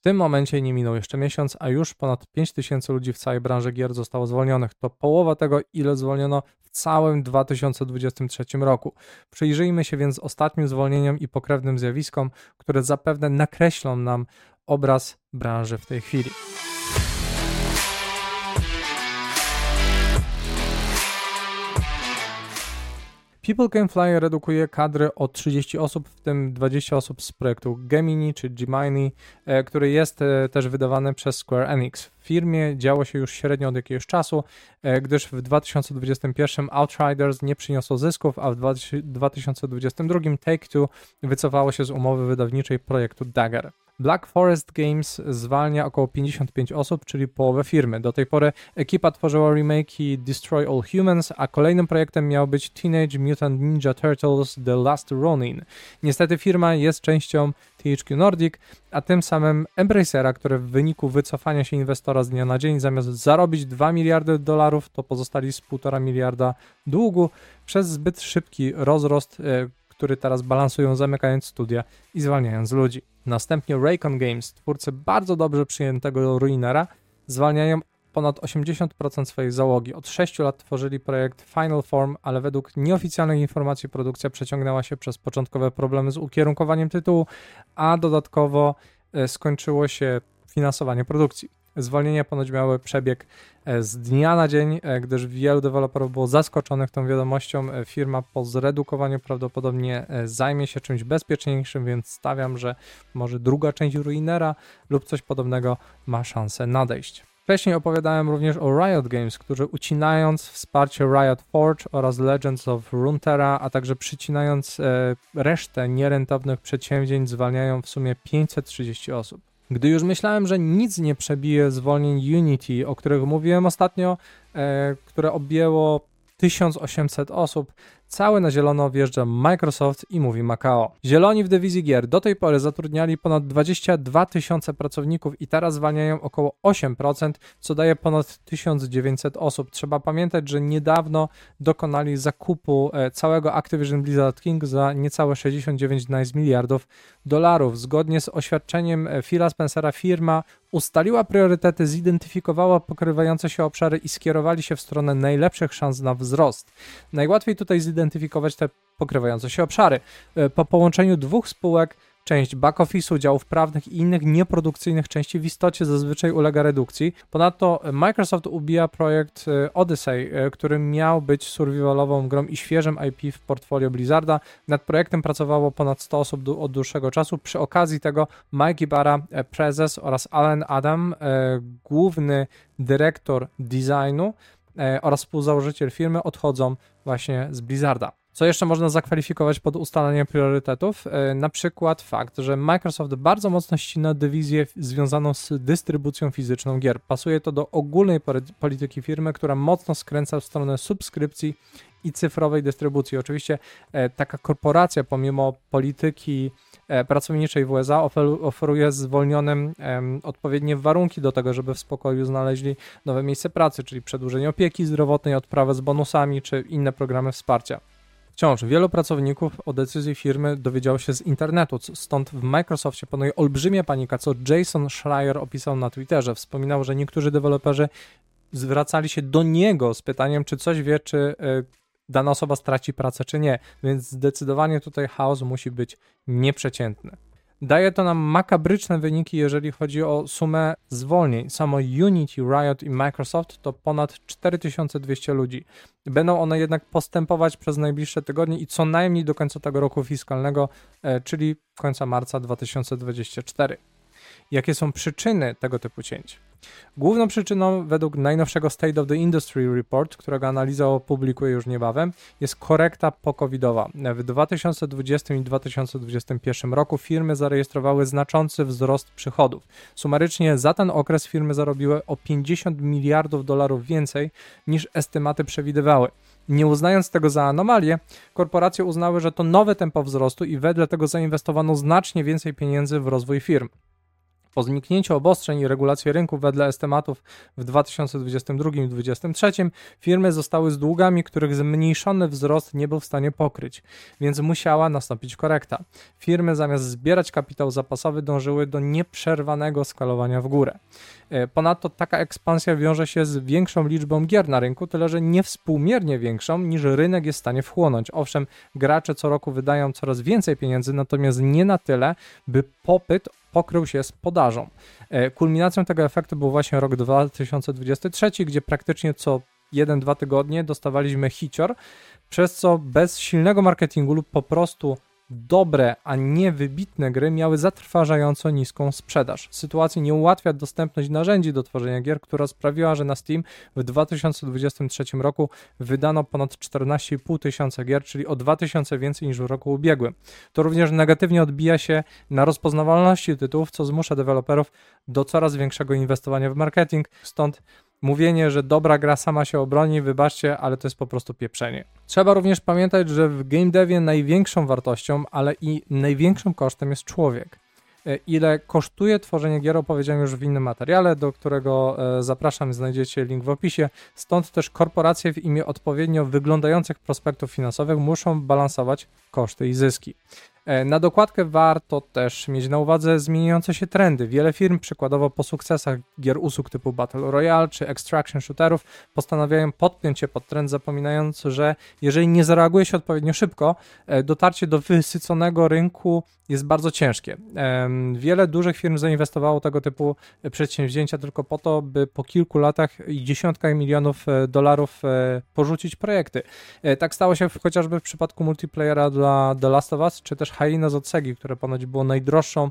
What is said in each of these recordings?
tym momencie nie minął jeszcze miesiąc, a już ponad 5000 ludzi w całej branży gier zostało zwolnionych. To połowa tego, ile zwolniono w całym 2023 roku. Przyjrzyjmy się więc ostatnim zwolnieniom i pokrewnym zjawiskom, które zapewne nakreślą nam obraz branży w tej chwili. People Can Fly redukuje kadry o 30 osób, w tym 20 osób z projektu Gemini czy Gemini, który jest też wydawany przez Square Enix. W firmie działo się już średnio od jakiegoś czasu, gdyż w 2021 Outriders nie przyniosło zysków, a w 2022 Take-Two wycofało się z umowy wydawniczej projektu Dagger. Black Forest Games zwalnia około 55 osób, czyli połowę firmy. Do tej pory ekipa tworzyła remake'i Destroy All Humans, a kolejnym projektem miał być Teenage Mutant Ninja Turtles The Last Ronin. Niestety firma jest częścią THQ Nordic, a tym samym Embracera, który w wyniku wycofania się inwestora z dnia na dzień zamiast zarobić $2 miliardy, to pozostali z 1,5 miliarda długu przez zbyt szybki rozrost, który teraz balansują, zamykając studia i zwalniając ludzi. Następnie Raycon Games, twórcy bardzo dobrze przyjętego Ruinera, zwalniają ponad 80% swojej załogi. Od 6 lat tworzyli projekt Final Form, ale według nieoficjalnych informacji produkcja przeciągnęła się przez początkowe problemy z ukierunkowaniem tytułu, a dodatkowo skończyło się finansowanie produkcji. Zwolnienia ponoć miały przebieg z dnia na dzień, gdyż wielu deweloperów było zaskoczonych tą wiadomością. Firma po zredukowaniu prawdopodobnie zajmie się czymś bezpieczniejszym, więc stawiam, że może druga część Ruinera lub coś podobnego ma szansę nadejść. Wcześniej opowiadałem również o Riot Games, którzy ucinając wsparcie Riot Forge oraz Legends of Runeterra, a także przycinając resztę nierentownych przedsięwzięć, zwalniają w sumie 530 osób. Gdy już myślałem, że nic nie przebije zwolnień Unity, o których mówiłem ostatnio, które objęło 1800 osób, cały na zielono wjeżdża Microsoft i mówi Macao. Zieloni w dywizji gier do tej pory zatrudniali ponad 22 000 pracowników i teraz zwalniają około 8%, co daje ponad 1900 osób. Trzeba pamiętać, że niedawno dokonali zakupu całego Activision Blizzard King za niecałe 69 miliardów dolarów. Zgodnie z oświadczeniem Phila Spencera firma ustaliła priorytety, zidentyfikowała pokrywające się obszary i skierowali się w stronę najlepszych szans na wzrost. Najłatwiej tutaj zidentyfikować te pokrywające się obszary. Po połączeniu dwóch spółek część back-office'u, działów prawnych i innych nieprodukcyjnych części w istocie zazwyczaj ulega redukcji. Ponadto Microsoft ubija projekt Odyssey, który miał być survivalową grą i świeżym IP w portfolio Blizzarda. Nad projektem pracowało ponad 100 osób od dłuższego czasu. Przy okazji tego Mike Ibarra, prezes, oraz Alan Adam, główny dyrektor designu oraz współzałożyciel firmy, odchodzą właśnie z Blizzarda. Co jeszcze można zakwalifikować pod ustalanie priorytetów? Na przykład fakt, że Microsoft bardzo mocno ścina dywizję związaną z dystrybucją fizyczną gier. Pasuje to do ogólnej polityki firmy, która mocno skręca w stronę subskrypcji i cyfrowej dystrybucji. Oczywiście taka korporacja, pomimo polityki pracowniczej w USA, oferuje zwolnionym odpowiednie warunki do tego, żeby w spokoju znaleźli nowe miejsce pracy, czyli przedłużenie opieki zdrowotnej, odprawę z bonusami czy inne programy wsparcia. Wciąż wielu pracowników o decyzji firmy dowiedziało się z internetu, stąd w Microsoftie panuje olbrzymia panika, co Jason Schreier opisał na Twitterze. Wspominał, że niektórzy deweloperzy zwracali się do niego z pytaniem, czy coś wie, czy dana osoba straci pracę, czy nie, więc zdecydowanie tutaj chaos musi być nieprzeciętny. Daje to nam makabryczne wyniki, jeżeli chodzi o sumę zwolnień. Samo Unity, Riot i Microsoft to ponad 4200 ludzi. Będą one jednak postępować przez najbliższe tygodnie i co najmniej do końca tego roku fiskalnego, czyli końca marca 2024. Jakie są przyczyny tego typu cięć? Główną przyczyną według najnowszego State of the Industry Report, którego analiza opublikuję już niebawem, jest korekta po-covidowa. W 2020 i 2021 roku firmy zarejestrowały znaczący wzrost przychodów. Sumarycznie za ten okres firmy zarobiły o 50 miliardów dolarów więcej niż estymaty przewidywały. Nie uznając tego za anomalię, korporacje uznały, że to nowe tempo wzrostu i wedle tego zainwestowano znacznie więcej pieniędzy w rozwój firm. Po zniknięciu obostrzeń i regulacji rynku wedle estymatów w 2022 i 2023 firmy zostały z długami, których zmniejszony wzrost nie był w stanie pokryć, więc musiała nastąpić korekta. Firmy zamiast zbierać kapitał zapasowy dążyły do nieprzerwanego skalowania w górę. Ponadto taka ekspansja wiąże się z większą liczbą gier na rynku, tyle że niewspółmiernie większą niż rynek jest w stanie wchłonąć. Owszem, gracze co roku wydają coraz więcej pieniędzy, natomiast nie na tyle, by popyt pokrył się z podażą. Kulminacją tego efektu był właśnie rok 2023, gdzie praktycznie co 1-2 tygodnie dostawaliśmy hicior, przez co bez silnego marketingu lub po prostu dobre, a nie wybitne gry miały zatrważająco niską sprzedaż. Sytuacji nie ułatwia dostępność narzędzi do tworzenia gier, która sprawiła, że na Steam w 2023 roku wydano ponad 14,5 tysiąca gier, czyli o 2000 więcej niż w roku ubiegłym. To również negatywnie odbija się na rozpoznawalności tytułów, co zmusza deweloperów do coraz większego inwestowania w marketing, stąd mówienie, że dobra gra sama się obroni, wybaczcie, ale to jest po prostu pieprzenie. Trzeba również pamiętać, że w game devie największą wartością, ale i największym kosztem jest człowiek. Ile kosztuje tworzenie gier, opowiedziałem już w innym materiale, do którego zapraszam, znajdziecie link w opisie. Stąd też korporacje w imię odpowiednio wyglądających prospektów finansowych muszą balansować koszty i zyski. Na dokładkę warto też mieć na uwadze zmieniające się trendy. Wiele firm, przykładowo po sukcesach gier usług typu Battle Royale czy Extraction Shooterów, postanawiają podpiąć się pod trend, zapominając, że jeżeli nie zareaguje się odpowiednio szybko, dotarcie do wysyconego rynku jest bardzo ciężkie. Wiele dużych firm zainwestowało tego typu przedsięwzięcia tylko po to, by po kilku latach i dziesiątkach milionów dolarów porzucić projekty. Tak stało się chociażby w przypadku multiplayera dla The Last of Us, czy też Haina z Odsegi, które ponoć było najdroższą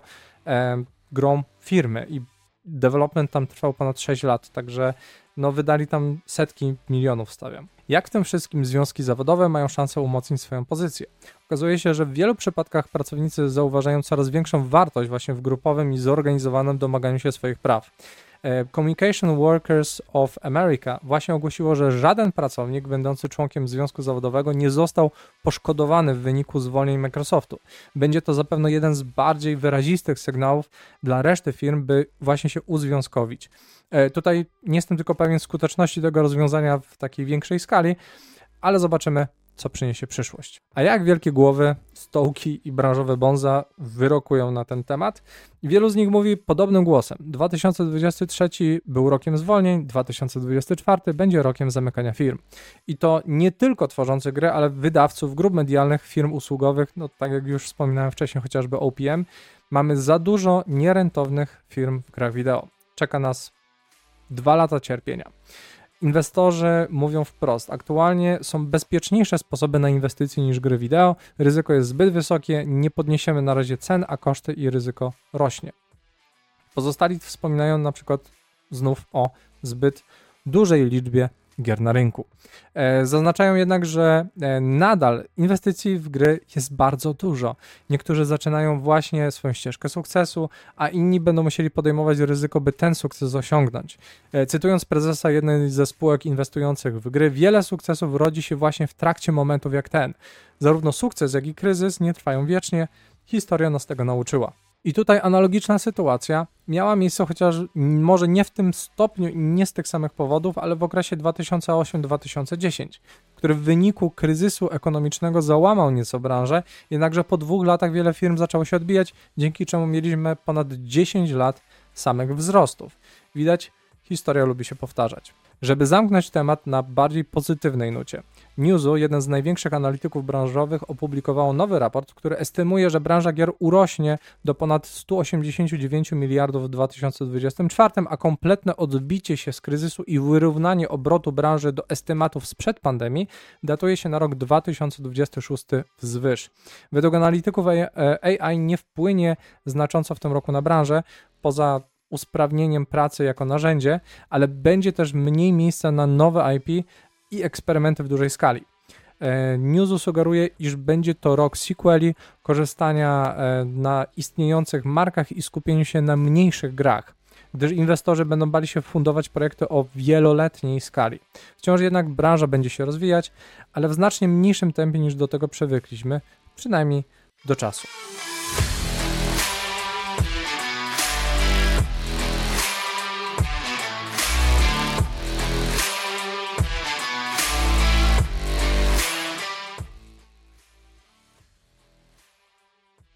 grą firmy i development tam trwał ponad 6 lat, także no wydali tam setki milionów, stawiam. Jak w tym wszystkim związki zawodowe mają szansę umocnić swoją pozycję? Okazuje się, że w wielu przypadkach pracownicy zauważają coraz większą wartość właśnie w grupowym i zorganizowanym domaganiu się swoich praw. Communication Workers of America właśnie ogłosiło, że żaden pracownik będący członkiem związku zawodowego nie został poszkodowany w wyniku zwolnień Microsoftu. Będzie to zapewne jeden z bardziej wyrazistych sygnałów dla reszty firm, by właśnie się uzwiązkowić. Tutaj nie jestem tylko pewien skuteczności tego rozwiązania w takiej większej skali, ale zobaczymy, co przyniesie przyszłość. A jak wielkie głowy, stołki i branżowe bonza wyrokują na ten temat? Wielu z nich mówi podobnym głosem. 2023 był rokiem zwolnień, 2024 będzie rokiem zamykania firm. I to nie tylko tworzących gry, ale wydawców, grup medialnych, firm usługowych, no tak jak już wspominałem wcześniej, chociażby OPM. Mamy za dużo nierentownych firm w grach wideo. Czeka nas 2 lata cierpienia. Inwestorzy mówią wprost, aktualnie są bezpieczniejsze sposoby na inwestycje niż gry wideo, ryzyko jest zbyt wysokie, nie podniesiemy na razie cen, a koszty i ryzyko rośnie. Pozostali wspominają na przykład znów o zbyt dużej liczbie gier na rynku. Zaznaczają jednak, że nadal inwestycji w gry jest bardzo dużo. Niektórzy zaczynają właśnie swoją ścieżkę sukcesu, a inni będą musieli podejmować ryzyko, by ten sukces osiągnąć. Cytując prezesa jednej ze spółek inwestujących w gry, wiele sukcesów rodzi się właśnie w trakcie momentów jak ten. Zarówno sukces, jak i kryzys nie trwają wiecznie. Historia nas tego nauczyła. I tutaj analogiczna sytuacja miała miejsce, chociaż może nie w tym stopniu i nie z tych samych powodów, ale w okresie 2008-2010, który w wyniku kryzysu ekonomicznego załamał nieco branżę, jednakże po 2 latach wiele firm zaczęło się odbijać, dzięki czemu mieliśmy ponad 10 lat samych wzrostów. Widać, historia lubi się powtarzać. Żeby zamknąć temat na bardziej pozytywnej nucie, Newzoo, jeden z największych analityków branżowych, opublikowało nowy raport, który estymuje, że branża gier urośnie do ponad 189 miliardów w 2024, a kompletne odbicie się z kryzysu i wyrównanie obrotu branży do estymatów sprzed pandemii datuje się na rok 2026 wzwyż. Według analityków AI nie wpłynie znacząco w tym roku na branżę, poza usprawnieniem pracy jako narzędzie, ale będzie też mniej miejsca na nowe IP i eksperymenty w dużej skali. Newzoo sugeruje, iż będzie to rok sequeli, korzystania na istniejących markach i skupieniu się na mniejszych grach, gdyż inwestorzy będą bali się fundować projekty o wieloletniej skali. Wciąż jednak branża będzie się rozwijać, ale w znacznie mniejszym tempie niż do tego przywykliśmy, przynajmniej do czasu.